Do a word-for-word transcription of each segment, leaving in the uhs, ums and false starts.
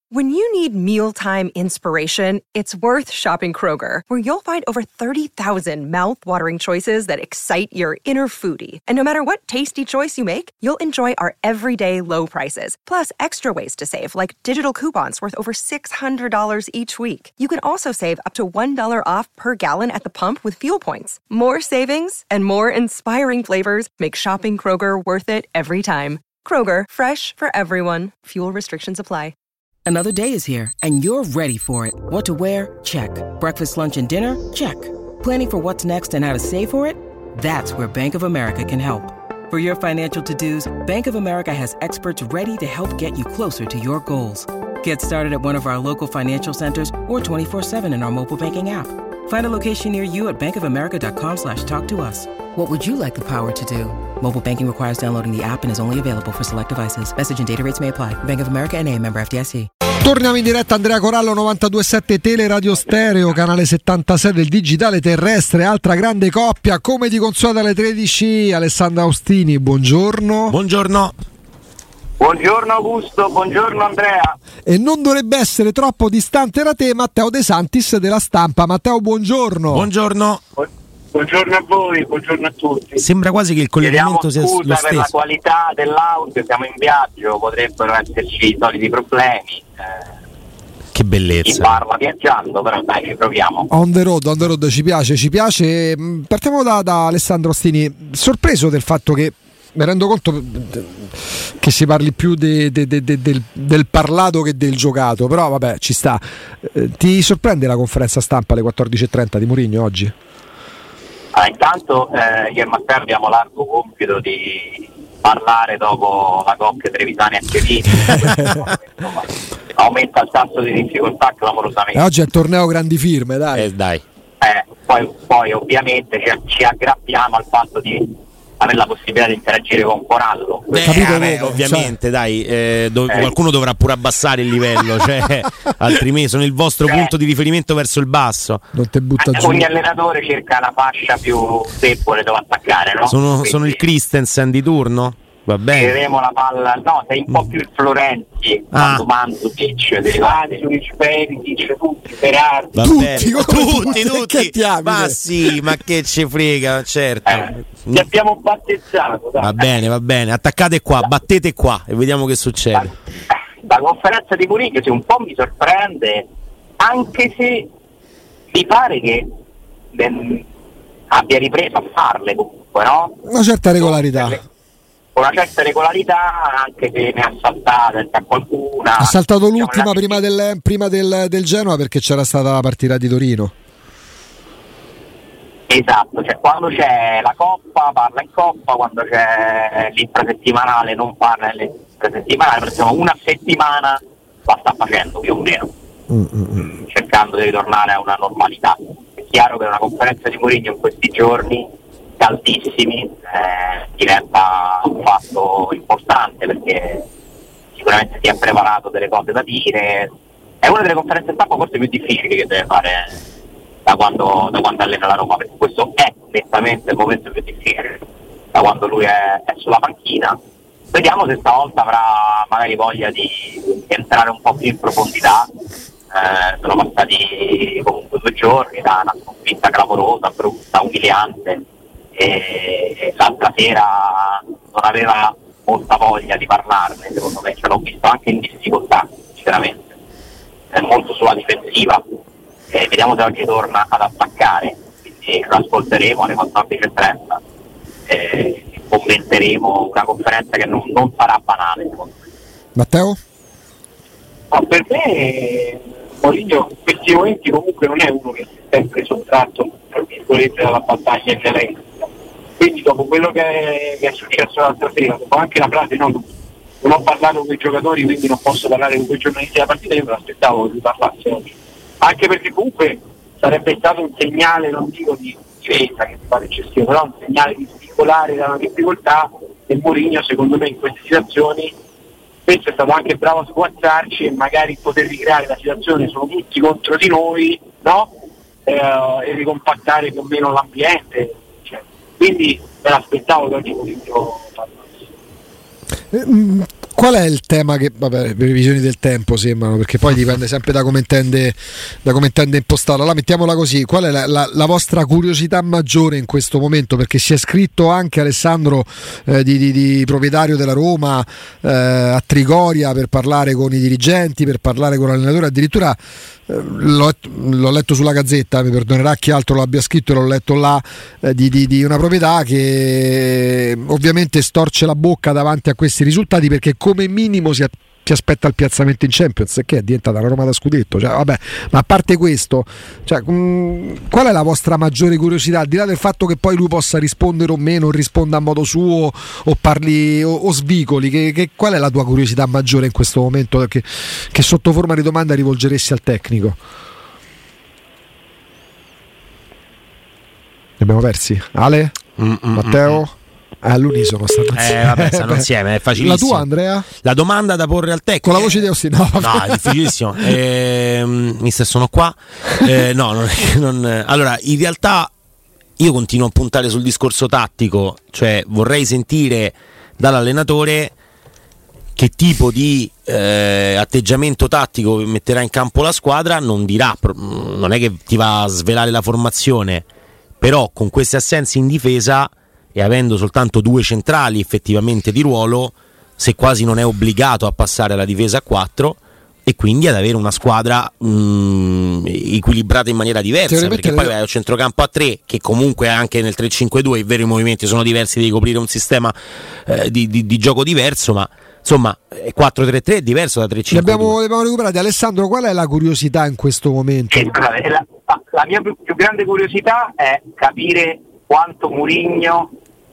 When you need mealtime inspiration, it's worth shopping Kroger, where you'll find over thirty thousand mouth-watering choices that excite your inner foodie. And no matter what tasty choice you make, you'll enjoy our everyday low prices, plus extra ways to save, like digital coupons worth over six hundred dollars each week. You can also save up to one dollar off per gallon at the pump with fuel points. More savings and more inspiring flavors make shopping Kroger worth it every time. Kroger, fresh for everyone. Fuel restrictions apply. Another day is here, and you're ready for it. What to wear? Check. Breakfast, lunch, and dinner? Check. Planning for what's next and how to save for it? That's where Bank of America can help. For your financial to-dos, Bank of America has experts ready to help get you closer to your goals. Get started at one of our local financial centers or twenty-four seven in our mobile banking app. Find a location near you at bankofamerica.com slash talk to us. What would you like the power to do? Mobile banking requires downloading the app and is only available for select devices. Message and data rates may apply. Bank of America N A, member F D I C. Torniamo in diretta, Andrea Corallo, novantadue sette Teleradio Stereo, canale settantasei del digitale terrestre, altra grande coppia, come di consueto alle tredici, Alessandro Austini, buongiorno. Buongiorno. Buongiorno Augusto, buongiorno Andrea. E non dovrebbe essere troppo distante da te Matteo De Santis della Stampa. Matteo, buongiorno. Buongiorno. Buongiorno a voi, buongiorno a tutti. Sembra quasi che il collegamento sia lo stesso. Scusa per la qualità dell'audio, siamo in viaggio, potrebbero esserci i soliti problemi. Eh, che bellezza. Chi parla viaggiando, però dai, ci proviamo. On the road, on the road, ci piace, ci piace. Partiamo da, da Alessandro Ostini, sorpreso del fatto che mi rendo conto che si parli più de, de, de, de, del, del parlato che del giocato, però vabbè, ci sta. Eh, ti sorprende la conferenza stampa alle quattordici e trenta di Mourinho oggi? Ah, intanto eh, io e Matteo abbiamo l'arduo compito di parlare dopo la coppia Trevisani e Chiellini. Aumenta il tasso di difficoltà clamorosamente. E oggi è il torneo grandi firme, dai. Eh, dai. Eh, poi, poi ovviamente ci, ci aggrappiamo al fatto di avere la possibilità di interagire con Corallo. Eh, Capito, vabbè, cioè... ovviamente, dai, eh, dov- eh. qualcuno dovrà pure abbassare il livello, cioè, altrimenti sono il vostro cioè, punto di riferimento verso il basso. Non te butta giù. Ogni allenatore cerca la fascia più debole dove attaccare, no? Sono, Quindi, sono il Christensen di turno? Va bene. Vedremo la palla, no, sei un po' più il Florenzi, Ah. quando Mandzukic, derivati, Suric, Perisic, tutti, Berardi. Va Tutti, bene. come tutti, tutti, tutti. che diamine. Ma sì, ma che ci frega, certo. Eh, ti abbiamo battezzato, dai. Va bene, va bene. Attaccate qua, battete qua e vediamo che La, succede. la conferenza di Mourinho sì, un po' mi sorprende, anche se mi pare che ben, abbia ripreso a farle comunque, no? Una certa regolarità. Con una certa regolarità, anche se ne ha saltate a qualcuna. Ha saltato Diciamo, l'ultima la- prima, del, prima del, del Genoa perché c'era stata la partita di Torino. Esatto, cioè quando c'è la Coppa parla in Coppa, quando c'è l'infrasettimanale non parla nell'infrasettimanale, perché insomma una settimana la sta facendo più o meno, Mm-mm. cercando di ritornare a una normalità. È chiaro che una conferenza di Mourinho in questi giorni caldissimi eh, diventa un fatto importante, perché sicuramente si è preparato delle cose da dire. È una delle conferenze stampa forse più difficili che deve fare da quando, da quando allena la Roma, perché questo è nettamente il momento più difficile da quando lui è, è sulla panchina. Vediamo se stavolta avrà magari voglia di entrare un po' più in profondità. Eh, sono passati comunque due giorni da una sconfitta clamorosa, brutta, umiliante, e l'altra sera non aveva molta voglia di parlarne, secondo me, ce l'ho visto anche in difficoltà, sinceramente, è molto sulla difensiva. Eh, vediamo se oggi torna ad attaccare, quindi lo ascolteremo alle quattordici e trenta e commenteremo una conferenza che non, non sarà banale, secondo me. Matteo? No, per me Mourinho in questi momenti comunque non è uno che si è sempre sottratto tra virgolette dalla battaglia violenta, quindi dopo quello che è, che è successo l'altra sera, dopo anche la frase no, non ho parlato con i giocatori quindi non posso parlare con quei giornalisti della partita, io me l'aspettavo che lui parlasse oggi, anche perché comunque sarebbe stato un segnale, non dico di difesa che mi pare eccessivo, però un segnale di svicolare dalla difficoltà, e Mourinho secondo me in queste situazioni spesso è stato anche bravo a sguazzarci e magari poter ricreare la situazione, sono tutti contro di noi, no? Eh, e ricompattare più o meno l'ambiente, cioè, quindi me l'aspettavo che oggi Mourinho parlasse. qual è il tema che, vabbè, le previsioni del tempo sembrano, perché poi dipende sempre da come intende, da come intende impostarla. Allora mettiamola così, qual è la, la, la vostra curiosità maggiore in questo momento? Perché si è scritto anche Alessandro eh, di, di, di proprietario della Roma eh, a Trigoria per parlare con i dirigenti, per parlare con l'allenatore, addirittura eh, l'ho, l'ho letto sulla Gazzetta, mi perdonerà chi altro lo abbia scritto, l'ho letto là, eh, di, di, di una proprietà che ovviamente storce la bocca davanti a questi risultati, perché come minimo si, si aspetta il piazzamento in Champions, che è diventata una Roma da scudetto, cioè, vabbè, ma a parte questo, cioè, mh, qual è la vostra maggiore curiosità, al di là del fatto che poi lui possa rispondere o meno, risponda a modo suo o parli o, o svicoli, che, che, qual è la tua curiosità maggiore in questo momento, che, che sotto forma di domanda rivolgeresti al tecnico? Li abbiamo persi? Ale? Mm-mm, Matteo? Mm-mm. All'unisono stanno insieme. Eh, vabbè, stanno insieme, è facilissimo. La tua, Andrea? La domanda da porre al tecnico. Con la voce di Ossi, no. No, è difficilissimo. eh, mister, sono qua. Eh, no, non, non, allora, in realtà io continuo a puntare sul discorso tattico, cioè vorrei sentire dall'allenatore che tipo di eh, atteggiamento tattico metterà in campo la squadra. Non dirà, non è che ti va a svelare la formazione, però con queste assenze in difesa e avendo soltanto due centrali effettivamente di ruolo, se quasi non è obbligato a passare alla difesa a quattro e quindi ad avere una squadra mh, equilibrata in maniera diversa, perché poi vai al centrocampo a tre, che comunque anche nel tre cinque due i veri movimenti sono diversi, devi coprire un sistema eh, di, di, di gioco diverso, ma insomma quattro tre tre è diverso da tre cinque due. Li abbiamo, li abbiamo recuperati. Alessandro, qual è la curiosità in questo momento? Eh, la, la mia più, più grande curiosità è capire quanto Mourinho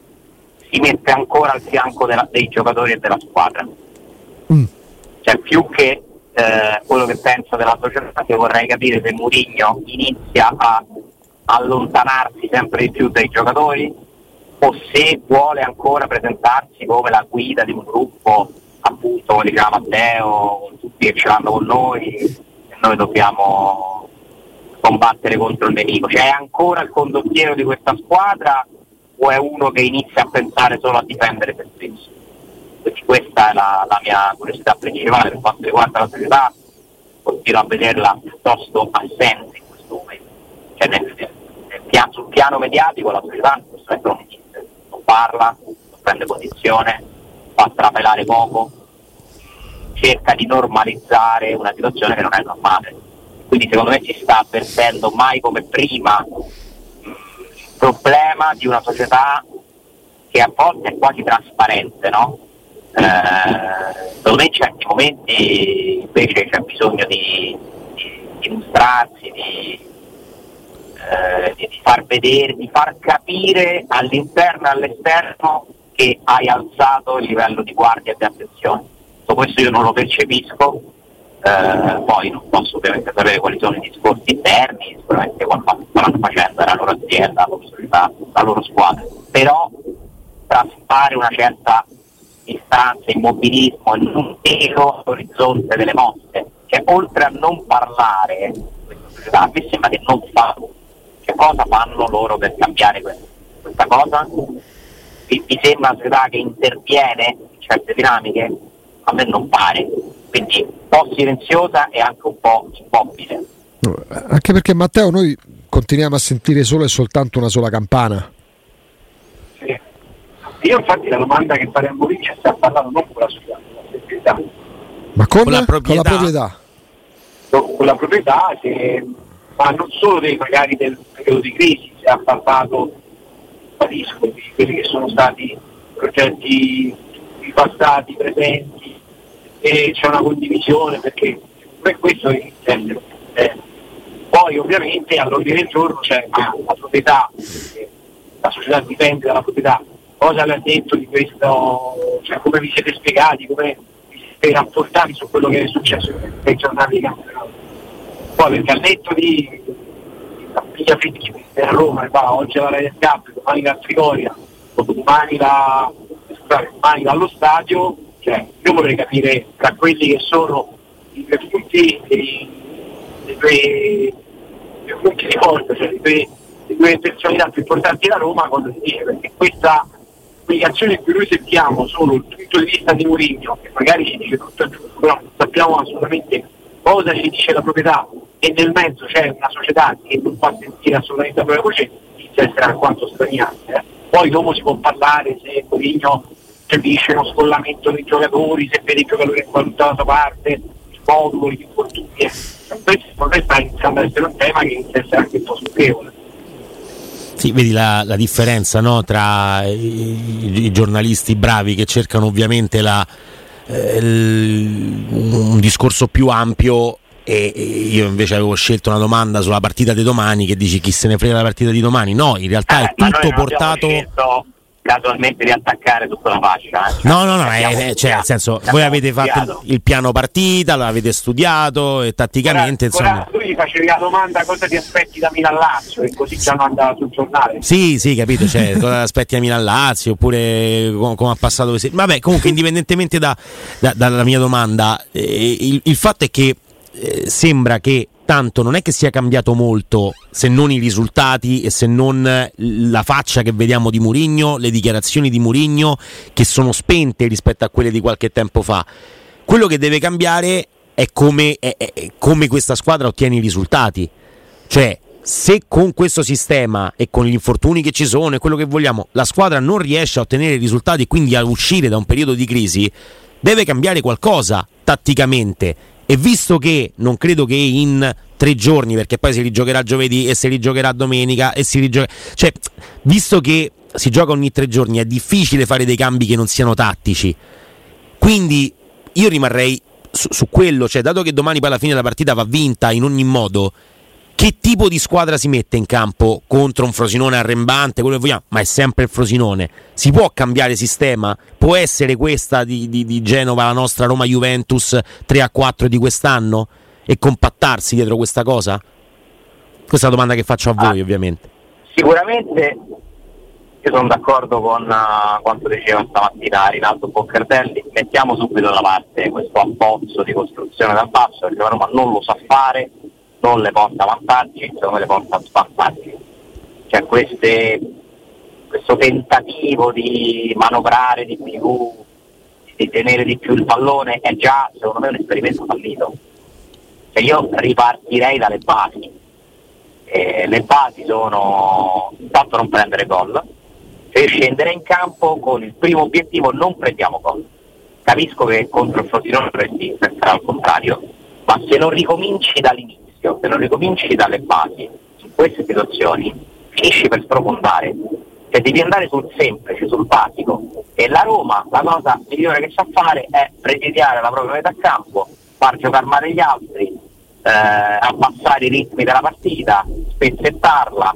si mette ancora al fianco della, dei giocatori e della squadra. Mm. Cioè, più che eh, quello che penso della società, che vorrei capire se Mourinho inizia a allontanarsi sempre di più dai giocatori o se vuole ancora presentarsi come la guida di un gruppo, appunto, come diceva Matteo, tutti che ce l'hanno con noi e noi dobbiamo combattere contro il nemico. Cioè, è ancora il condottiero di questa squadra o è uno che inizia a pensare solo a difendere se stesso? Quindi questa è la, la mia curiosità principale. Per quanto riguarda la società, continuo a vederla piuttosto assente in questo momento. Cioè, nel, nel piano, sul piano mediatico la società in questo momento non esiste, non parla, non prende posizione, fa strapelare poco, cerca di normalizzare una situazione che non è normale. Quindi secondo me si sta avvertendo mai come prima il problema di una società che a volte è quasi trasparente, no? Eh, secondo me in certi momenti invece c'è bisogno di, di, di mostrarsi, di, eh, di, di far vedere, di far capire all'interno e all'esterno che hai alzato il livello di guardia e di attenzione. Su questo io non lo percepisco. Uh, poi non posso ovviamente sapere quali sono i discorsi interni, sicuramente qualcosa stanno facendo la loro azienda, la loro società, la loro squadra, però traspare una certa distanza, immobilismo e non vero l'orizzonte delle mosse, cioè oltre a non parlare, questa società a me sembra che non fa. Che cosa fanno loro per cambiare questa, questa cosa? Vi, vi sembra una società che interviene in certe dinamiche? A me non pare. Quindi un po' silenziosa e anche un po' immobile. Anche perché, Matteo, noi continuiamo a sentire solo e soltanto una sola campana. Sì. Io infatti la domanda che farei a Mourinho è se ha parlato non con la sua proprietà, ma con, con la proprietà, con la proprietà. Con, con la proprietà se, ma non solo dei, magari del periodo di crisi, se ha parlato di quelli che sono stati progetti passati, presenti, e c'è una condivisione, perché per questo è intendo. Eh, poi ovviamente all'ordine del giorno c'è ah, la proprietà, eh, la società dipende dalla proprietà. Cosa le ha detto di questo, cioè come vi siete spiegati, come vi siete rapportati su quello che è successo nei giornali di campionato. Poi perché al netto di la figlia Federici a Roma, e va, oggi la Rai Cup, domani la Trigoria, domani la scusate, domani allo stadio. Cioè, io vorrei capire tra quelli che sono i due punti, i due di forza, cioè le due, le due personalità più importanti da Roma, cosa si dice, perché questa comunicazione in cui noi sentiamo solo il punto di vista di Mourinho, che magari ci dice tutto giusto, però non sappiamo assolutamente cosa ci dice la proprietà, e nel mezzo c'è una società che non fa sentire assolutamente la propria voce, inizia a essere alquanto straniante. Eh. Poi dopo si può parlare se Mourinho capisce uno scollamento dei giocatori, se vede i giocatori in qualunque parte, il modulo, gli infortuni. Questo sta iniziando ad essere un tema che inizia a essere anche un po' stucchevole. Sì, vedi la, la differenza, no, tra i, i giornalisti bravi che cercano ovviamente la, eh, il, un discorso più ampio, e, e io invece avevo scelto una domanda sulla partita di domani, che dici chi se ne frega la partita di domani. No, in realtà eh, è tutto portato casualmente di attaccare tutta la fascia. Eh. No, no, no, eh, cioè nel senso, voi avete fatto il, il piano partita, l'avete studiato e tatticamente ora, insomma. Ora tu gli facevi la domanda cosa ti aspetti da Milan-Lazio e così ci hanno andato sul giornale. Sì, sì, capito, cioè cosa aspetti da Milan-Lazio oppure come, come ha passato così. Vabbè, comunque indipendentemente da, da, dalla mia domanda, eh, il, il fatto è che eh, sembra che tanto non è che sia cambiato molto, se non i risultati e se non la faccia che vediamo di Mourinho, le dichiarazioni di Mourinho che sono spente rispetto a quelle di qualche tempo fa. Quello che deve cambiare è come, è, è come questa squadra ottiene i risultati. Cioè, se con questo sistema e con gli infortuni che ci sono e quello che vogliamo, la squadra non riesce a ottenere i risultati e quindi a uscire da un periodo di crisi, deve cambiare qualcosa tatticamente. E visto che non credo che in tre giorni, perché poi si rigiocherà giovedì e si rigiocherà domenica e si rigiocherà, cioè visto che si gioca ogni tre giorni è difficile fare dei cambi che non siano tattici, quindi io rimarrei su, su quello, cioè dato che domani poi alla fine la partita va vinta in ogni modo, che tipo di squadra si mette in campo contro un Frosinone arrembante, quello che vogliamo, ma è sempre il Frosinone. Si può cambiare sistema? Può essere questa di, di, di Genova la nostra Roma-Juventus tre a quattro di quest'anno e compattarsi dietro questa cosa? Questa è la domanda che faccio a voi, ah, ovviamente. Sicuramente io sono d'accordo con uh, quanto diceva stamattina Rinaldo Boccardelli. Mettiamo subito da parte questo abbozzo di costruzione dal basso, perché la Roma non lo sa fare, non le porta vantaggi, secondo me le porta svantaggi. Cioè queste, questo tentativo di manovrare di più, di tenere di più il pallone è già secondo me un esperimento fallito. Cioè io ripartirei dalle basi. Eh, le basi sono intanto non prendere gol, cioè scendere in campo con il primo obiettivo non prendiamo gol. Capisco che contro il Frosinone dovresti pensare al contrario, ma se non ricominci dall'inizio, se non ricominci dalle basi in queste situazioni, finisci per sprofondare. Cioè devi andare sul semplice, sul basico, e la Roma la cosa migliore che sa fare è presidiare la propria metà campo, far giocare male gli altri, eh, abbassare i ritmi della partita, spezzettarla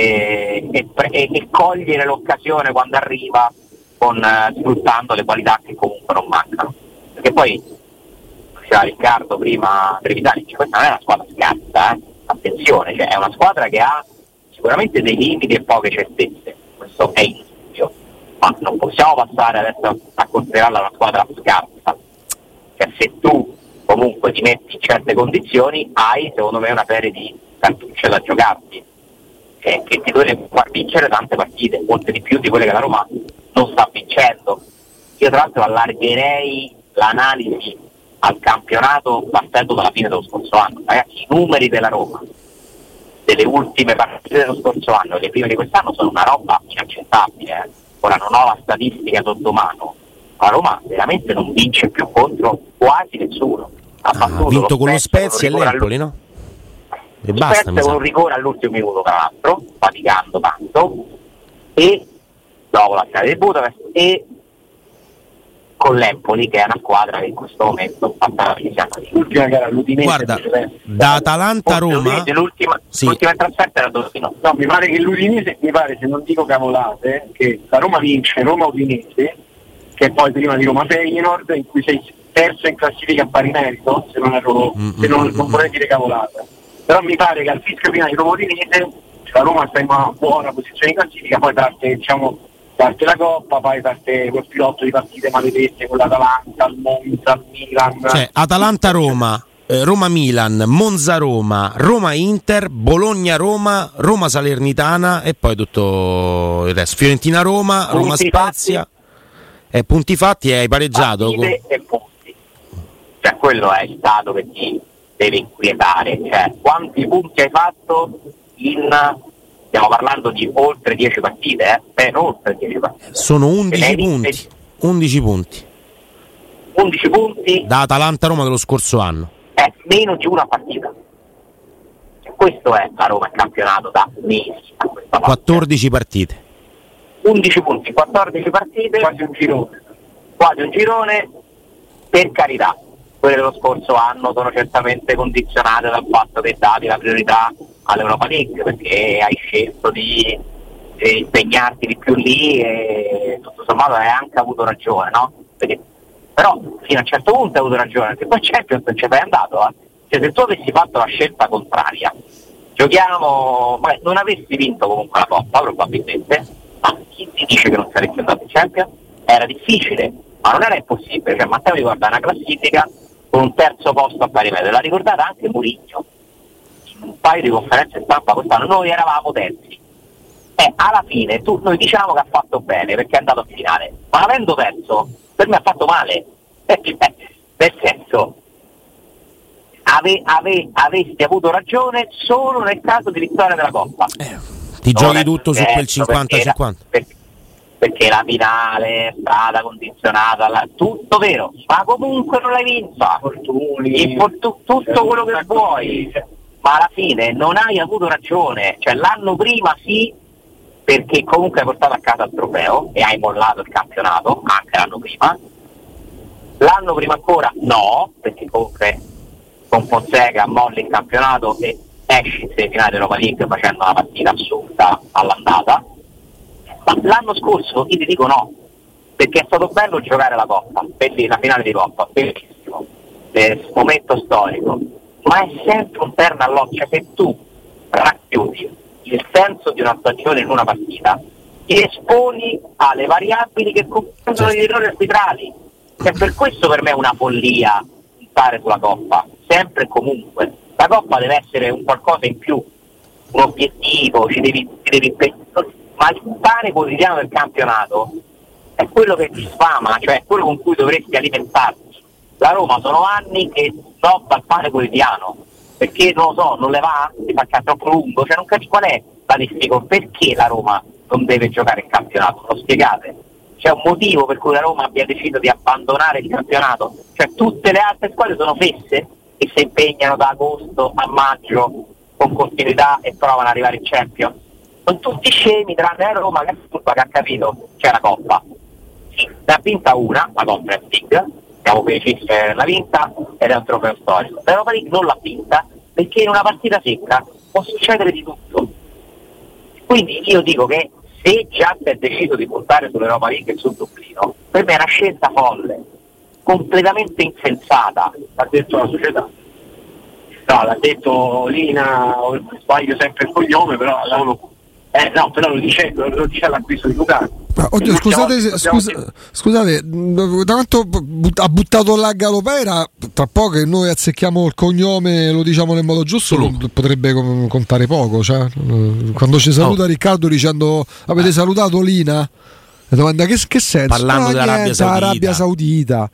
e, e, e, e cogliere l'occasione quando arriva, con, eh, sfruttando le qualità che comunque non mancano. Perché poi diceva Riccardo prima Trevitani, questa non è una squadra scarsa, eh? Attenzione, cioè è una squadra che ha sicuramente dei limiti e poche certezze, questo è indubbio, ma non possiamo passare adesso a considerarla una squadra scarsa. Cioè se tu comunque ti metti in certe condizioni hai secondo me una serie di cartucce da giocarti, che, che ti dovrebbe far vincere tante partite, molte di più di quelle che la Roma non sta vincendo. Io tra l'altro allargherei l'analisi al campionato partendo dalla fine dello scorso anno. Ragazzi, i numeri della Roma delle ultime partite dello scorso anno e le prime di quest'anno sono una roba inaccettabile. Eh. Ora non ho la statistica sotto mano, ma la Roma veramente non vince più contro quasi nessuno. Ha, ah, ha vinto lo con lo Spezia e l'Empoli, no? E basta, con un rigore all'ultimo minuto, tra l'altro, faticando tanto, e dopo la finale del Budapest, e con l'Empoli, che è una squadra che in questo momento fa l'ultima gara l'Udinese. Guarda, da Atalanta a Roma l'ultima, sì. l'ultima trasferta era Torino. No, mi pare che l'Udinese, mi pare, se non dico cavolate, che la Roma vince Roma-Udinese, che è poi prima di Roma-Feyenoord, in cui sei terzo in classifica a pari merito, se non erro, mm-hmm. se non, non vorrei dire cavolate. Però mi pare che al fischio prima di Roma-Udinese la Roma sta in una buona posizione in classifica, poi parte, diciamo, parte la Coppa, poi parte quel filotto di partite maledette con l'Atalanta, il Monza, il Milan. Cioè Atalanta-Roma, eh, Roma-Milan, Monza-Roma, Roma-Inter, Bologna-Roma, Roma-Salernitana e poi tutto il resto. Fiorentina-Roma, Roma-Spezia. E punti fatti e hai pareggiato. Partite e punti. Cioè quello è il dato che ti deve inquietare. Cioè quanti punti hai fatto in... Stiamo parlando di oltre dieci partite, eh? Ben oltre dieci partite. Sono undici punti. undici punti. undici punti da Atalanta-Roma dello scorso anno. È meno di una partita. Questo è la Roma in campionato da mesi a questa parte. quattordici partite. undici punti, quattordici partite, quasi un girone. Quasi un girone, per carità. Quelle dello scorso anno sono certamente condizionate dal fatto che davi la priorità all'Europa League, perché hai scelto di eh, impegnarti di più lì e tutto sommato hai anche avuto ragione, no? Perché, però fino a un certo punto hai avuto ragione, perché poi Champions non ci sei andato, eh? Cioè se tu avessi fatto la scelta contraria, giochiamo, ma non avessi vinto comunque la Coppa probabilmente, ma chi ti dice che non saresti andato in Champions? Era difficile, ma non era impossibile. Cioè Matteo ricorda una classifica con un terzo posto a pari metro, l'ha ricordata anche Mourinho in un paio di conferenze stampa quest'anno. Noi eravamo terzi e alla fine tu, noi diciamo che ha fatto bene perché è andato in finale, ma avendo perso per me ha fatto male, nel senso ave, ave, avresti avuto ragione solo nel caso di vittoria della Coppa. eh, ti giochi tutto su quel cinquanta cinquanta perché, perché la finale è stata condizionata alla... tutto vero, ma comunque non l'hai vinta, Infortu- tutto quello che vuoi, ma alla fine non hai avuto ragione. Cioè l'anno prima sì, perché comunque hai portato a casa il trofeo e hai mollato il campionato anche l'anno prima. L'anno prima ancora no, perché comunque con Fonseca molli il campionato e esci in semifinale dell'Europa League facendo una partita assurda all'andata. Ma l'anno scorso io ti dico no, perché è stato bello giocare la Coppa, la finale di Coppa, bellissimo, eh, momento storico, ma è sempre un terno all'occhio. Cioè se tu racchiudi il senso di una stagione in una partita, ti esponi alle variabili che comprendono gli errori arbitrali. E per questo per me è una follia puntare sulla Coppa, sempre e comunque. La Coppa deve essere un qualcosa in più, un obiettivo, ci devi, ci devi impegnare. Ma il pane quotidiano del campionato è quello che ti sfama, cioè è quello con cui dovresti alimentarti. La Roma sono anni che snobba il pane quotidiano, perché non lo so, non le va, si fa troppo lungo, cioè non capisco qual è la difficoltà, perché la Roma non deve giocare il campionato, lo spiegate? C'è un motivo per cui la Roma abbia deciso di abbandonare il campionato, cioè tutte le altre squadre sono fesse e si impegnano da agosto a maggio con continuità e provano ad arrivare in Champions. Sono tutti scemi tranne la Roma che, che ha capito c'è la Coppa. Sì, ne ha vinta una, la Conference League, siamo felicissimi di averla vinta ed è un trofeo storico. L'Europa League non l'ha vinta perché in una partita secca può succedere di tutto. Quindi io dico che se già si è deciso di puntare sull'Europa League e sul Dublino, per me è una scelta folle, completamente insensata. Ha detto la società. No, l'ha detto Lina, sbaglio sempre il cognome, però sono... Eh no, però lo dice, lo dice l'acquisto di Lukaku. Ah, oddio, scusate, se, scusa, scusate, da quanto but- ha buttato là Galopera, tra poco che noi azzecchiamo il cognome, lo diciamo nel modo giusto, Lu- potrebbe com- contare poco. Cioè, quando ci saluta oh. Riccardo dicendo avete eh. salutato Lina, la domanda che, che senso? Parlando ah, dell'Arabia niente, Saudita. Arabia Saudita.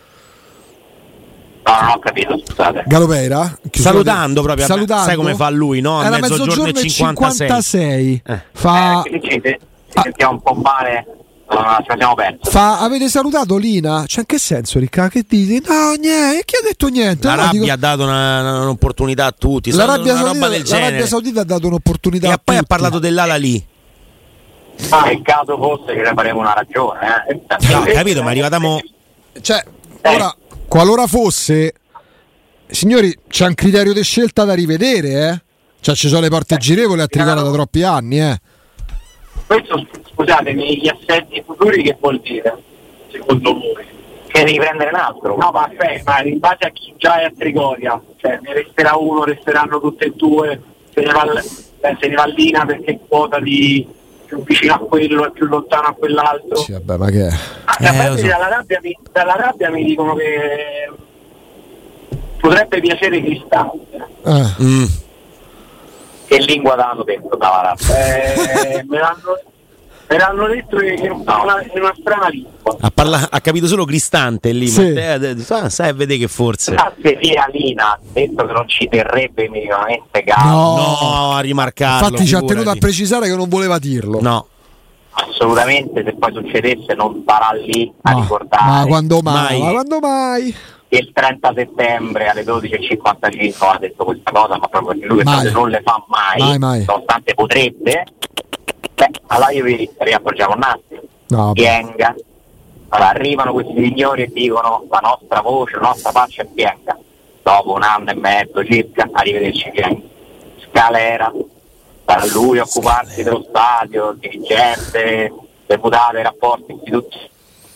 No, non ho capito, scusate. Galopera, salutando proprio, salutando, sai come fa lui, no? A era mezzogiorno e cinquantasei. Eh. Fa eh, ci, ci ah. sentiamo un po' male, uh, ci siamo persi. Fa avete salutato Lina? Cioè in che senso, Ricca? Che dite? No, niente, chi ha detto niente? L'Arabia no, dico... ha dato una, un'opportunità a tutti. L'Arabia, una Saudita, roba del l'Arabia Saudita ha dato un'opportunità e a poi tutti. Ha parlato dell'ala lì. Ma il caso fosse che ne faremo una ragione, eh? No, capito, ma arrivatiamo. Cioè, ora, qualora fosse, signori, c'è un criterio di scelta da rivedere, eh? Cioè, ci sono le porte girevoli a Trigono da troppi anni, eh? Questo, scusatemi, gli assetti futuri che vuol dire, secondo voi? Che devi prendere un altro? No, ma aspetta, in base a chi già è a Trigoria, cioè ne resterà uno, resteranno tutte e due, se ne va, eh, se ne va Lina perché quota di più vicino a quello e più lontano a quell'altro. Sì, vabbè, ma che è? Ah, eh, so. dalla, rabbia mi, dalla rabbia mi dicono che potrebbe piacere Cristante. Ah. Mm. Che lingua t'hanno detto Tavara? Eh, me l'hanno me l'hanno detto che è una, è una strana lingua. Ha, parla- ha capito solo Cristante lì, Sì. Matteo, ah, sai a vedere che forse Grazie via Lina, ha detto che non ci terrebbe minimamente caso. No. no, a rimarcarlo. Infatti ci ha tenuto a figurati. precisare che non voleva dirlo. No, Assolutamente, se poi succedesse non starà lì a Ma, ricordare ma quando mai? Mai. Ma quando mai? che il trenta settembre alle dodici e cinquantacinque ha detto questa cosa, ma proprio perché lui Mai. non le fa mai, Mai, mai. nonostante potrebbe. Beh, allora io vi riappoggiamo un attimo. No, vabbè. Pienga. Allora, arrivano questi signori e dicono la nostra voce, la nostra faccia è Pienga. Dopo un anno e mezzo circa, arrivederci Pienga. Scalera, sarà lui a occuparsi dello stadio, dirigente, deputato ai rapporti istituzionali.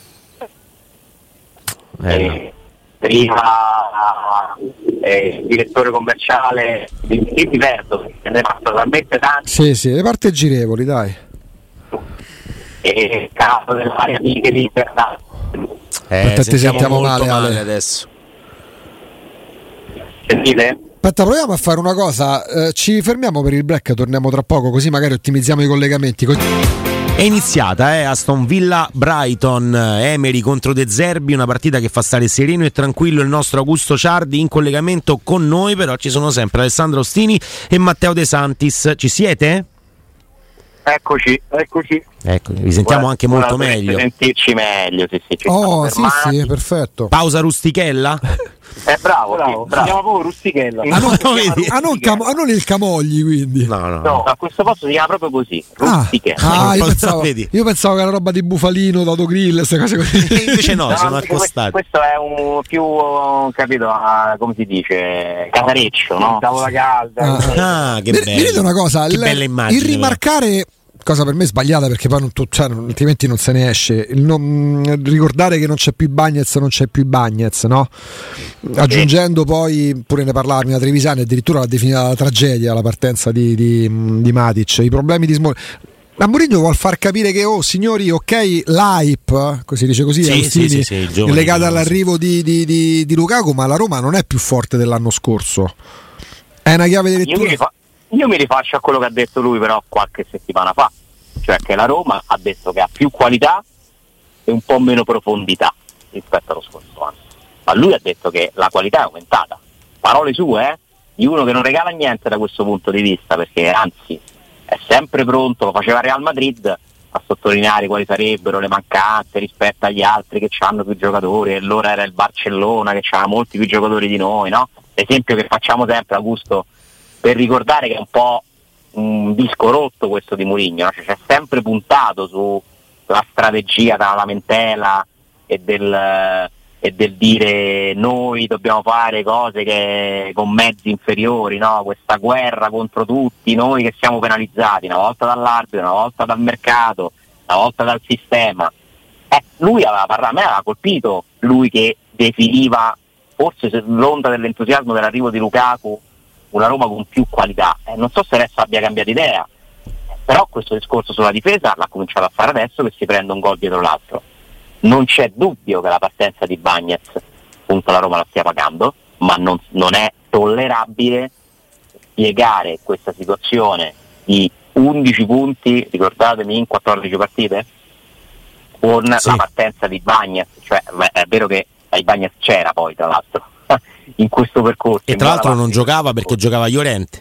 eh, no. Eh, prima eh, il direttore commerciale di diverso, perché ne passa talmente tanti, Sì, sì, le parti girevoli, dai. e capo dell'area di libertà. Eh, Aspetta, ti sentiamo sentiamo molto male, Ale. adesso. Sentite? Aspetta, proviamo a fare una cosa. Eh, ci fermiamo per il break, torniamo tra poco, così magari ottimizziamo i collegamenti. Co- È iniziata eh, Aston Villa Brighton, Emery contro De Zerbi, una partita che fa stare sereno e tranquillo il nostro Augusto Ciardi in collegamento con noi, però ci sono sempre Alessandro Ostini e Matteo De Santis. Ci siete? Eccoci, eccoci. Ecco, vi sentiamo Ora- anche molto ora dovreste meglio. sentirci meglio, sì, sì, ci Oh, siamo sì, fermati. sì, perfetto. Pausa rustichella? Eh, bravo, Bravo, sì, bravo. si chiama proprio Rustichella. Ah, non, No, vedi? ah, non Cam- ah, non il Camogli, quindi. No, no, No, a questo posto si chiama proprio così, Ah, Rustichella. ah, io, No, pensavo, vedi. io pensavo che era roba di Bufalino, d'autogrill, queste cose così. E invece no, No, sono perché questo, accostati. questo è un più, capito, ah, come si dice, casareccio, no? Tavola calda. Ah. Ah, che Mi- bello. mi dite una cosa, Che il, bella immagine. il rimarcare, cosa per me sbagliata perché poi non tu- cioè, non- altrimenti non se ne esce, il non- ricordare che non c'è più Bagnez, non c'è più Bagnez, no? Aggiungendo poi, pure ne parlava prima Trevisani, addirittura l'ha definita la tragedia la partenza di, di, di Matic, i problemi di Smalling. Ma Mourinho vuol far capire che, oh signori, ok, l'hype, così dice così, Sì, Agostini, sì, sì, sì, i giovani legata dicono all'arrivo di, di, di, di Lukaku, ma la Roma non è più forte dell'anno scorso. È una chiave di Io mi, lettura. rifa- io mi rifaccio a quello che ha detto lui però qualche settimana fa, cioè che la Roma ha detto che ha più qualità e un po' meno profondità rispetto allo scorso anno, ma lui ha detto che la qualità è aumentata. Parole sue, eh? Di uno che non regala niente da questo punto di vista, perché anzi è sempre pronto, lo faceva Real Madrid, a sottolineare quali sarebbero le mancanze rispetto agli altri che hanno più giocatori, e allora era il Barcellona che aveva molti più giocatori di noi, no? L'esempio che facciamo sempre, Augusto, per ricordare che è un po' un disco rotto questo di Mourinho, no? Cioè, c'è sempre puntato sulla strategia della lamentela e del, e del dire noi dobbiamo fare cose che con mezzi inferiori, no? Questa guerra contro tutti, noi che siamo penalizzati una volta dall'arbitro, una volta dal mercato, una volta dal sistema. Eh, lui aveva parlato, a me aveva colpito lui che definiva forse l'onda dell'entusiasmo dell'arrivo di Lukaku una Roma con più qualità. Eh, non so se adesso abbia cambiato idea, però questo discorso sulla difesa l'ha cominciato a fare adesso che si prende un gol dietro l'altro. Non c'è dubbio che la partenza di Bagnez appunto la Roma la stia pagando, ma non, non è tollerabile spiegare questa situazione di undici punti, ricordatemi, in quattordici partite, con Sì. la partenza di Bagnez. Cioè beh, è vero che ai Bagnez c'era poi tra l'altro in questo percorso, E in tra l'altro buona non parte di giocava questo perché giocava Llorente.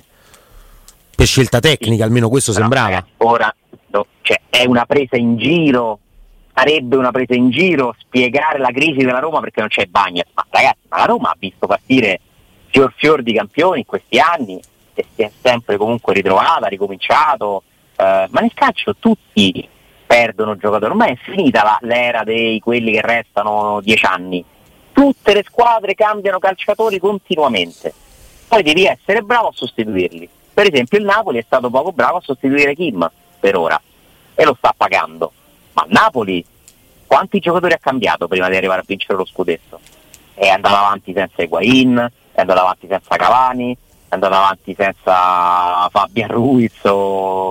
Per scelta tecnica, almeno questo Però, sembrava. ragazzi, ora no, cioè, è una presa in giro, sarebbe una presa in giro spiegare la crisi della Roma perché non c'è Bagnez. Ma ragazzi, ma la Roma ha visto partire fior fior di campioni in questi anni e si è sempre comunque ritrovata, ricominciato. Eh, ma nel calcio tutti perdono giocatori, ormai è finita la, l'era dei quelli che restano dieci anni. Tutte le squadre cambiano calciatori continuamente, poi devi essere bravo a sostituirli. Per esempio il Napoli è stato poco bravo a sostituire Kim per ora e lo sta pagando, ma il Napoli quanti giocatori ha cambiato prima di arrivare a vincere lo scudetto? È andato avanti senza Higuain, è andato avanti senza Cavani, è andato avanti senza Fabian Ruiz o,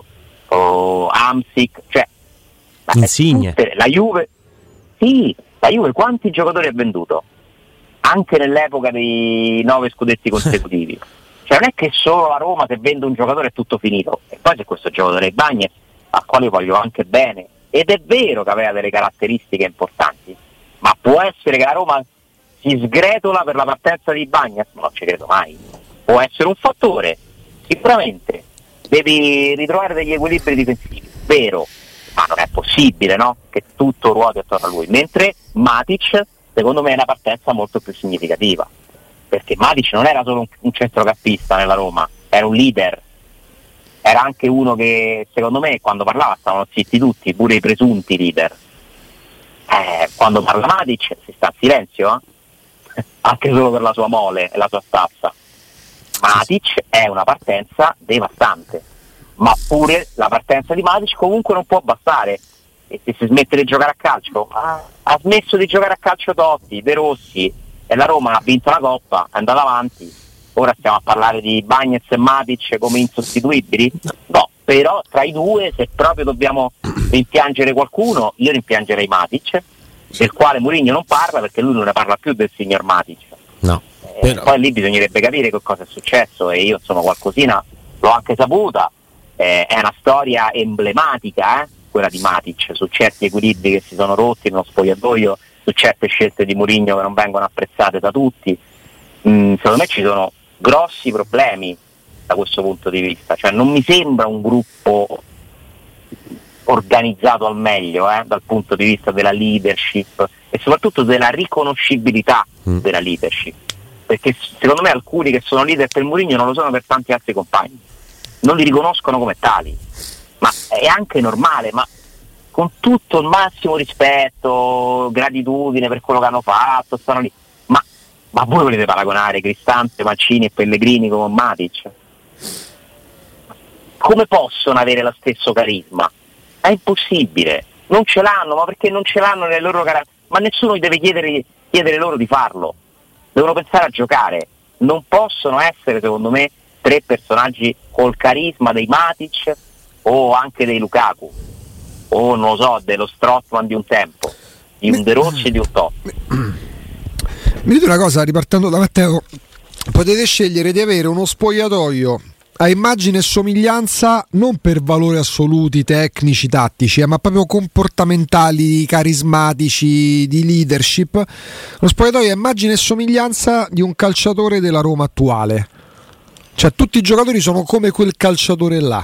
o Hamsik, cioè ma Insigne. tutte, la Juve, sì, la Juve quanti giocatori ha venduto? anche nell'epoca dei nove scudetti consecutivi. Cioè non è che solo la Roma se vende un giocatore è tutto finito, e poi se questo giocatore è Bagnez, al quale voglio anche bene, ed è vero che aveva delle caratteristiche importanti, ma può essere che la Roma si sgretola per la partenza di Bagnez? Non ci credo mai. Può essere un fattore, sicuramente devi ritrovare degli equilibri difensivi, vero, ma non è possibile, no? Che tutto ruoti attorno a lui, mentre Matic secondo me è una partenza molto più significativa, perché Matic non era solo un, un centrocampista nella Roma, era un leader, era anche uno che secondo me quando parlava stavano zitti tutti, pure i presunti leader. Eh, quando parla Matic si sta in silenzio, eh? Anche solo per la sua mole e la sua stazza. Matic è una partenza devastante, ma pure la partenza di Matic comunque non può bastare. E se si smette di giocare a calcio, ah, ha smesso di giocare a calcio Totti, De Rossi, e la Roma ha vinto la Coppa, è andata avanti. Ora stiamo a parlare di Bagnez e Matic come insostituibili? No, però tra i due, se proprio dobbiamo rimpiangere qualcuno, io rimpiangerei Matic, del quale Mourinho non parla perché lui non ne parla più del signor Matic. No, eh, poi lì bisognerebbe capire che cosa è successo, e io insomma qualcosina l'ho anche saputa. Eh, è una storia emblematica, eh? Quella di Matic, su certi equilibri che si sono rotti in uno spogliatoio, su certe scelte di Mourinho che non vengono apprezzate da tutti. Mm, secondo me ci sono grossi problemi da questo punto di vista, cioè non mi sembra un gruppo organizzato al meglio, eh, dal punto di vista della leadership e soprattutto della riconoscibilità mm. della leadership, perché secondo me alcuni che sono leader per Mourinho non lo sono per tanti altri compagni, non li riconoscono come tali. Ma è anche normale, ma con tutto il massimo rispetto, gratitudine per quello che hanno fatto, stanno lì. Ma, ma voi volete paragonare Cristante, Mancini e Pellegrini con Matic? Come possono avere lo stesso carisma? È impossibile, non ce l'hanno, ma perché non ce l'hanno nelle loro caratteristiche? Ma nessuno gli deve chiedere, chiedere loro di farlo, devono pensare a giocare. Non possono essere, secondo me, tre personaggi col carisma dei Matic o anche dei Lukaku, o non lo so, dello Strootman di un tempo, di un De Rossi e di un Totti. Mi dite una cosa, ripartendo da Matteo, potete scegliere di avere uno spogliatoio a immagine e somiglianza non per valori assoluti, tecnici, tattici, eh, ma proprio comportamentali, carismatici, di leadership, uno spogliatoio a immagine e somiglianza di un calciatore della Roma attuale, cioè tutti i giocatori sono come quel calciatore là.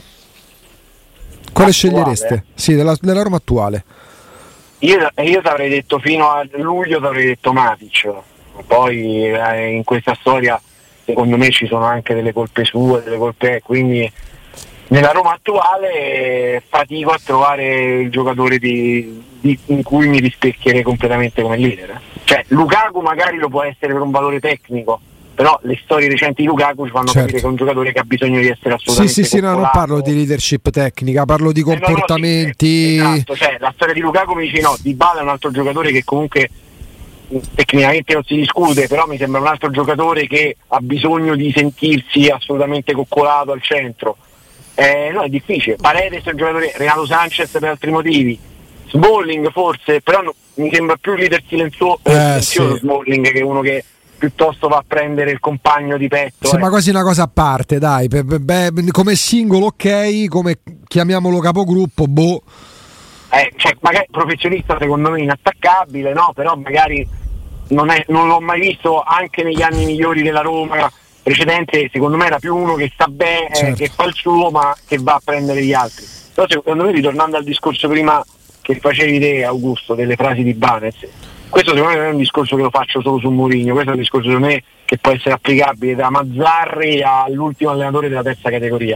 Quale attuale? Scegliereste? Sì, della, della Roma attuale. Io, io ti avrei detto fino a luglio ti avrei detto Matic, poi eh, in questa storia secondo me ci sono anche delle colpe sue, delle colpe, quindi nella Roma attuale eh, fatico a trovare il giocatore di, di, in cui mi rispecchierei completamente come leader. Cioè Lukaku magari lo può essere per un valore tecnico, però le storie recenti di Lukaku ci fanno certo. capire che è un giocatore che ha bisogno di essere assolutamente sì sì sì no, non parlo di leadership tecnica, parlo di comportamenti. Eh, no, no, sì, esatto, cioè la storia di Lukaku mi dice no, Dybala è un altro giocatore che comunque tecnicamente non si discute, però mi sembra un altro giocatore che ha bisogno di sentirsi assolutamente coccolato al centro. Eh, no, è difficile. Paredes è un giocatore, Renato Sanchez per altri motivi, Smalling forse, però no, mi sembra più leader silenzio, eh, silenzioso sì. Smalling, che è uno che piuttosto va a prendere il compagno di petto. Sembra eh. quasi una cosa a parte, dai, be, be, be, come singolo ok, come chiamiamolo capogruppo, boh. Eh, cioè, magari professionista secondo me inattaccabile, no? Però magari non, è, non l'ho mai visto anche negli anni migliori della Roma precedente, secondo me era più uno che sta bene, certo. che fa il suo, ma che va a prendere gli altri. Però secondo me, ritornando al discorso prima che facevi te, Augusto, delle frasi di Bagnez, questo secondo me non è un discorso che lo faccio solo su Mourinho, questo è un discorso secondo me che può essere applicabile da Mazzarri all'ultimo allenatore della terza categoria,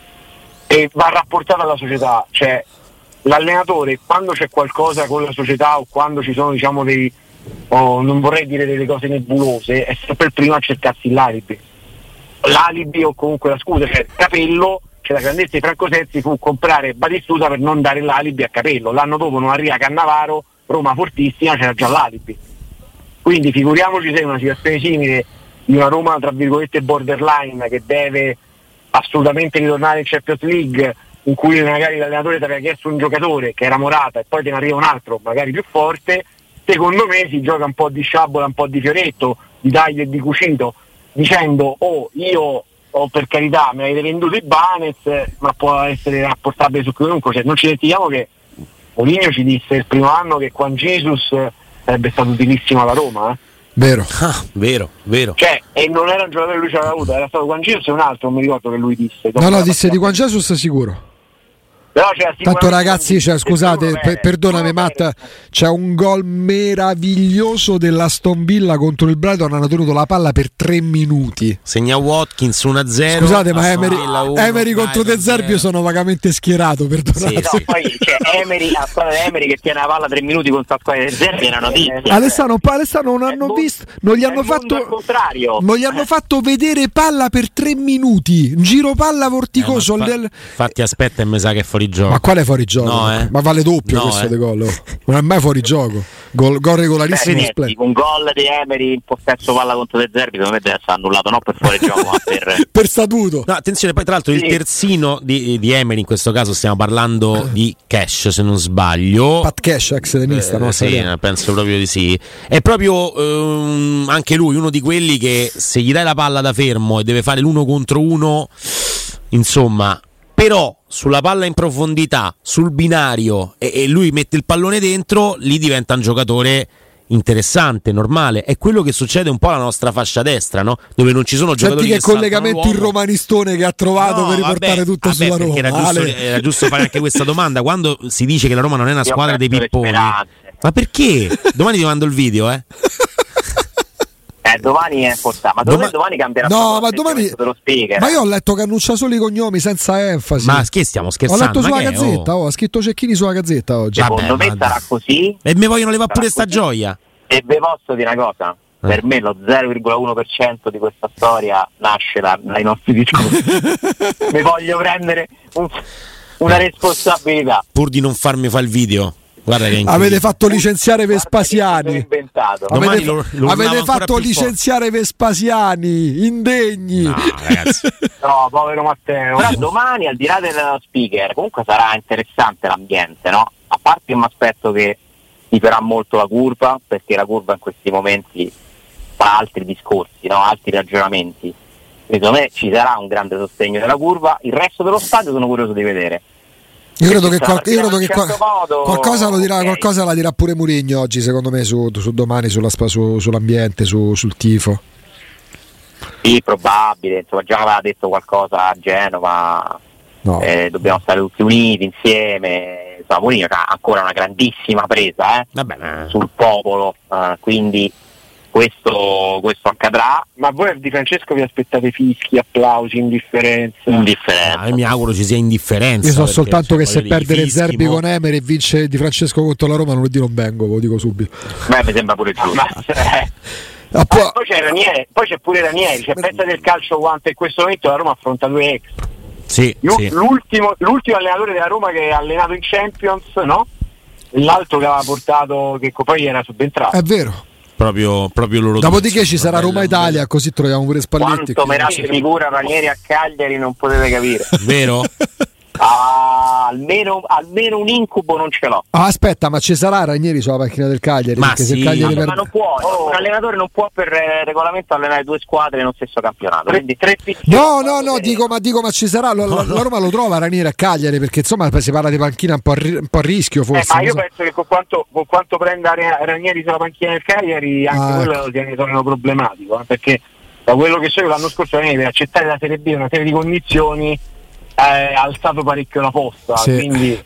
e va rapportato alla società. Cioè l'allenatore, quando c'è qualcosa con la società o quando ci sono, diciamo, dei, oh, non vorrei dire delle cose nebulose, è sempre il primo a cercarsi l'alibi l'alibi o comunque la scusa. Cioè Capello, cioè la grandezza di Franco Sensi fu comprare Batistuta per non dare l'alibi a Capello. L'anno dopo non arriva Cannavaro, Roma fortissima, c'era già l'alibi. Quindi figuriamoci se in una situazione simile di una Roma tra virgolette borderline che deve assolutamente ritornare in Champions League, in cui magari l'allenatore ti aveva chiesto un giocatore che era Morata e poi te ne arriva un altro magari più forte, secondo me si gioca un po' di sciabola, un po' di fioretto, di taglio e di cucito, dicendo oh io oh, per carità mi avete venduto i Banes, ma può essere rapportabile su chiunque. Cioè, non ci dimentichiamo che Mourinho ci disse il primo anno che Juan Jesus sarebbe stato utilissimo alla Roma, eh? Vero. Ah, vero, vero. Cioè, e non era un giocatore che lui ci aveva avuto, era stato Juan Jesus e un altro, non mi ricordo che lui disse. No, no, disse di Juan Jesus sicuro. Però c'era Tanto ragazzi, cioè, scusate, per, perdonami Matt, c'è un gol meraviglioso dell'Aston Villa contro il Brighton, hanno tenuto la palla per tre minuti. Segna Watkins uno a zero. Scusate, ma Emery, Emery contro De Zerbi sono vagamente schierato, perdonate. Sì, no, poi c'è Emery, la squadra di Emery che tiene la palla tre minuti contro la squadra di De Zerbi, è una notizia. Alessandro, Alessandro non hanno mo- visto, non gli hanno fatto non gli hanno fatto vedere palla per tre minuti, un giro palla vorticoso. Eh, ma fa, del... Infatti aspetta e mi sa che è fuori gioco. Ma quale fuori gioco? No, eh. Ma vale doppio no, questo eh. di gol. Non è mai fuori gioco. Gol, gol regolarissimo. Beh, niente, un gol di Emery in possesso palla contro De Zerbi secondo me deve essere annullato, non per fuori gioco ma per... per statuto. No, attenzione, poi tra l'altro sì. Il terzino di, di Emery, in questo caso stiamo parlando di Cash, se non sbaglio. Pat Cash, ex tenista, eh, no? Sì, penso proprio di sì. È proprio ehm, anche lui uno di quelli che se gli dai la palla da fermo e deve fare l'uno contro uno, insomma, però sulla palla in profondità, sul binario e, e lui mette il pallone dentro, lì diventa un giocatore interessante, normale. È quello che succede un po' alla nostra fascia destra, no? Dove non ci sono Senti giocatori che che collegamenti il romanistone che ha trovato no, per riportare vabbè, tutto vabbè, sulla Roma. Era giusto, era giusto fare anche questa domanda. Quando si dice che la Roma non è una Io squadra dei pipponi, ma perché? Domani ti mando il video, eh? Eh, domani è importante, ma Doma- domani cambierà No, ma domani dello speaker. Ma io ho letto che annuncia solo i cognomi senza enfasi. Ma che stiamo scherzando? Ho letto sulla ma gazzetta, è, oh? oh, ha scritto Cecchini sulla gazzetta oggi. Secondo Vabbè, me ma- sarà così. E mi vogliono levare pure sta così. gioia. E vi posso dire una cosa, Eh. per me lo zero virgola uno per cento di questa storia nasce da, dai nostri discorsi. Mi voglio prendere un, una responsabilità. Pur di non farmi fare il video. Guarda che Avete fatto licenziare Vespasiani. Inventato. Domani Avete, lo- lo avete urlavo ancora fatto più licenziare Vespasiani, indegni. No, ragazzi. No, povero Matteo. Però domani, al di là dello speaker, comunque sarà interessante l'ambiente, no? A parte che mi aspetto che tiferà molto la curva, perché la curva in questi momenti fa altri discorsi, no? Altri ragionamenti. Secondo me ci sarà un grande sostegno della curva. Il resto dello stadio sono curioso di vedere. Io credo che, qual- Perché io credo in che un certo qual- modo, qualcosa lo dirà, ok. qualcosa la dirà pure Mourinho oggi, secondo me, su, su domani, sulla, spa- su, sull'ambiente, su, sul tifo. Sì, probabile, insomma già aveva detto qualcosa a Genova, No. eh, dobbiamo stare tutti uniti insieme, insomma Mourinho ha ancora una grandissima presa eh, Vabbè, ma... sul popolo, eh, quindi questo, questo accadrà. Ma voi Di Francesco vi aspettate fischi, applausi, indifferenza? Indifferenza. Ah, io mi auguro ci sia indifferenza. Io so perché, soltanto cioè, che se voglio dire, perde i le fischi, Zerbi mo- con Emery e vince Di Francesco contro la Roma, lunedì non vengo, ve lo dico subito. Beh, mi sembra pure giusto. Ma, eh, Ah, poi- poi c'è Ranieri, poi c'è pure Ranieri, cioè pensa del calcio quanto in questo momento la Roma affronta due ex. Sì, L'u- sì. L'ultimo, l'ultimo allenatore della Roma che ha allenato in Champions, no? L'altro che aveva portato, che poi era subentrato. È vero. Proprio, proprio loro. Dopodiché due, ci sarà bello, Roma-Italia, così troviamo pure Spalletti. Quanto merate figura Ranieri a Cagliari non potete capire. bello. Vero? Ah, almeno, almeno un incubo non ce l'ho. Ah, aspetta, ma ci sarà Ranieri sulla panchina del Cagliari? Ma Perché se sì. il Cagliari Ma, perde- ma non può, Oh. un allenatore non può per eh, regolamento allenare due squadre nello stesso campionato. Tre, Quindi tre piccioni. No, no, no, dico ma, dico, ma ci sarà. La, la- la Roma lo trova Ranieri a Cagliari, perché insomma si parla di panchina un po' a, ri- un po' a rischio, Eh, forse. ma non io so. penso che con quanto, con quanto prenda Ra- Ranieri sulla panchina del Cagliari anche Ah, quello lo tiene tornano problematico, eh, perché da quello che so io l'anno scorso Ranieri per accettare la Serie B una serie di condizioni eh, ha alzato parecchio la posta, Sì. quindi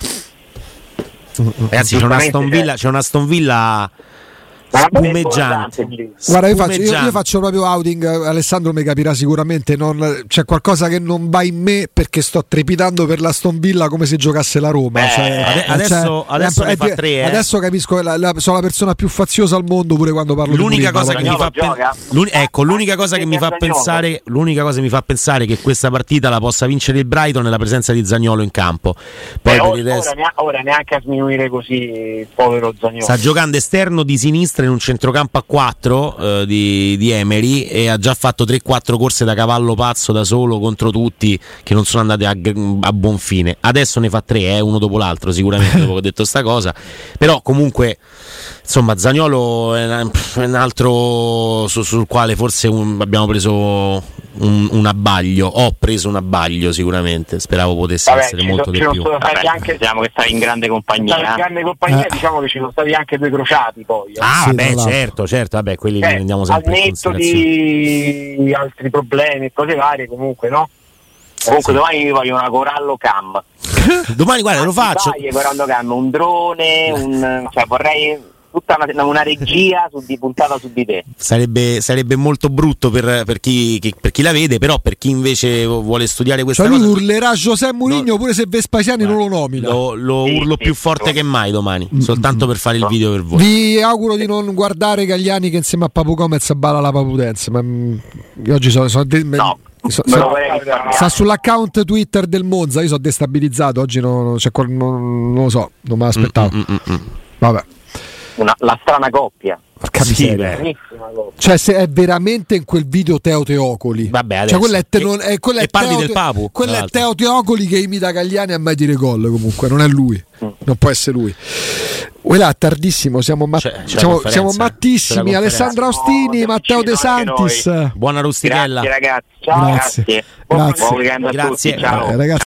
Ragazzi, c'è una Aston Villa, c'è una Aston Villa Ma la importante spumeggiante. lì. Guarda, io faccio, io, Spumeggiante. io faccio proprio outing, Alessandro mi capirà sicuramente, non- c'è qualcosa che non va in me perché sto trepidando per la Aston Villa come se giocasse la Roma. Beh, cioè, ade- cioè, adesso- adesso ne è- fa tre, eh. adesso capisco che la, la- sono la persona più faziosa al mondo pure quando parlo L'unica di Mourinho. cosa che mi fa Zaniolo pen- gioca? l'uni- ecco, l'unica cosa che mi fa Zaniolo. pensare, l'unica cosa che mi fa pensare che questa partita la possa vincere il Brighton è la presenza di Zaniolo in campo. Poi Eh, per ora, il resto ora, nea- ora neanche a sminuire così il povero Zaniolo. sta giocando esterno di sinistra in un centrocampo a quattro eh, di, di Emery e ha già fatto tre quattro corse da cavallo pazzo da solo contro tutti che non sono andate a, a buon fine. Adesso ne fa tre, eh, uno dopo l'altro sicuramente dopo che ho detto sta cosa, però comunque insomma Zaniolo è un altro su, sul quale forse un, abbiamo preso un, un abbaglio, ho preso un abbaglio sicuramente, speravo potesse Vabbè, essere ci molto so, di ci più. sono stati anche, diciamo che stai in grande compagnia. in grande compagnia Eh. diciamo che ci sono stati anche due crociati poi. Eh. Ah, Sì, beh, tra l'altro. certo, certo, vabbè, quelli li Eh, prendiamo al sempre in netto considerazione. di altri problemi e cose varie comunque, no? Comunque domani vi voglio una Corallo Cam. Domani guarda lo faccio. Dai, Corallo Cam, un drone, un, cioè vorrei tutta una, una regia su di, puntata su di te. Sarebbe, sarebbe molto brutto per, per, chi, chi, per chi la vede, però per chi invece vuole studiare questa Cioè lui cosa urlerà José Mourinho No. pure se Vespasiani non lo nomina. lo, lo Sì, urlo sì, più sì, forte sì. che mai domani, soltanto per fare il video per voi. Vi auguro di non guardare Galliani che insieme a Papu Gomez balla la Papu Dance, ma mh, io oggi sono, sono de- No, so- me lo so- vorrei risparmiare. sta sull'account Twitter del Monza, io sono destabilizzato, oggi non, non, c'è qual- non- non lo so, non me l'aspettavo. Mm, mm, mm, mm. Vabbè, Una, la strana coppia. porca Sì, miseria. beh. Benissima cosa. Cioè se è veramente in quel video Teo Teocoli. Vabbè, adesso. Cioè quello è, te- E- non- è, quello e è parli Teo del Te- Papu, quello tra è l'altro. Teo Teocoli che imita Galliani a mai dire gol, comunque non è lui, non può essere lui. Là, tardissimo, siamo, mat- C'è- c'è la siamo, conferenza. siamo C'è la mattissimi. conferenza. Alessandro Austini, No, Matteo De vicino anche Santis. Buona rustichella. Grazie ragazzi, ciao, Grazie. grazie. Buon Grazie. weekend a Grazie. tutti, ciao. Eh, ragazzi.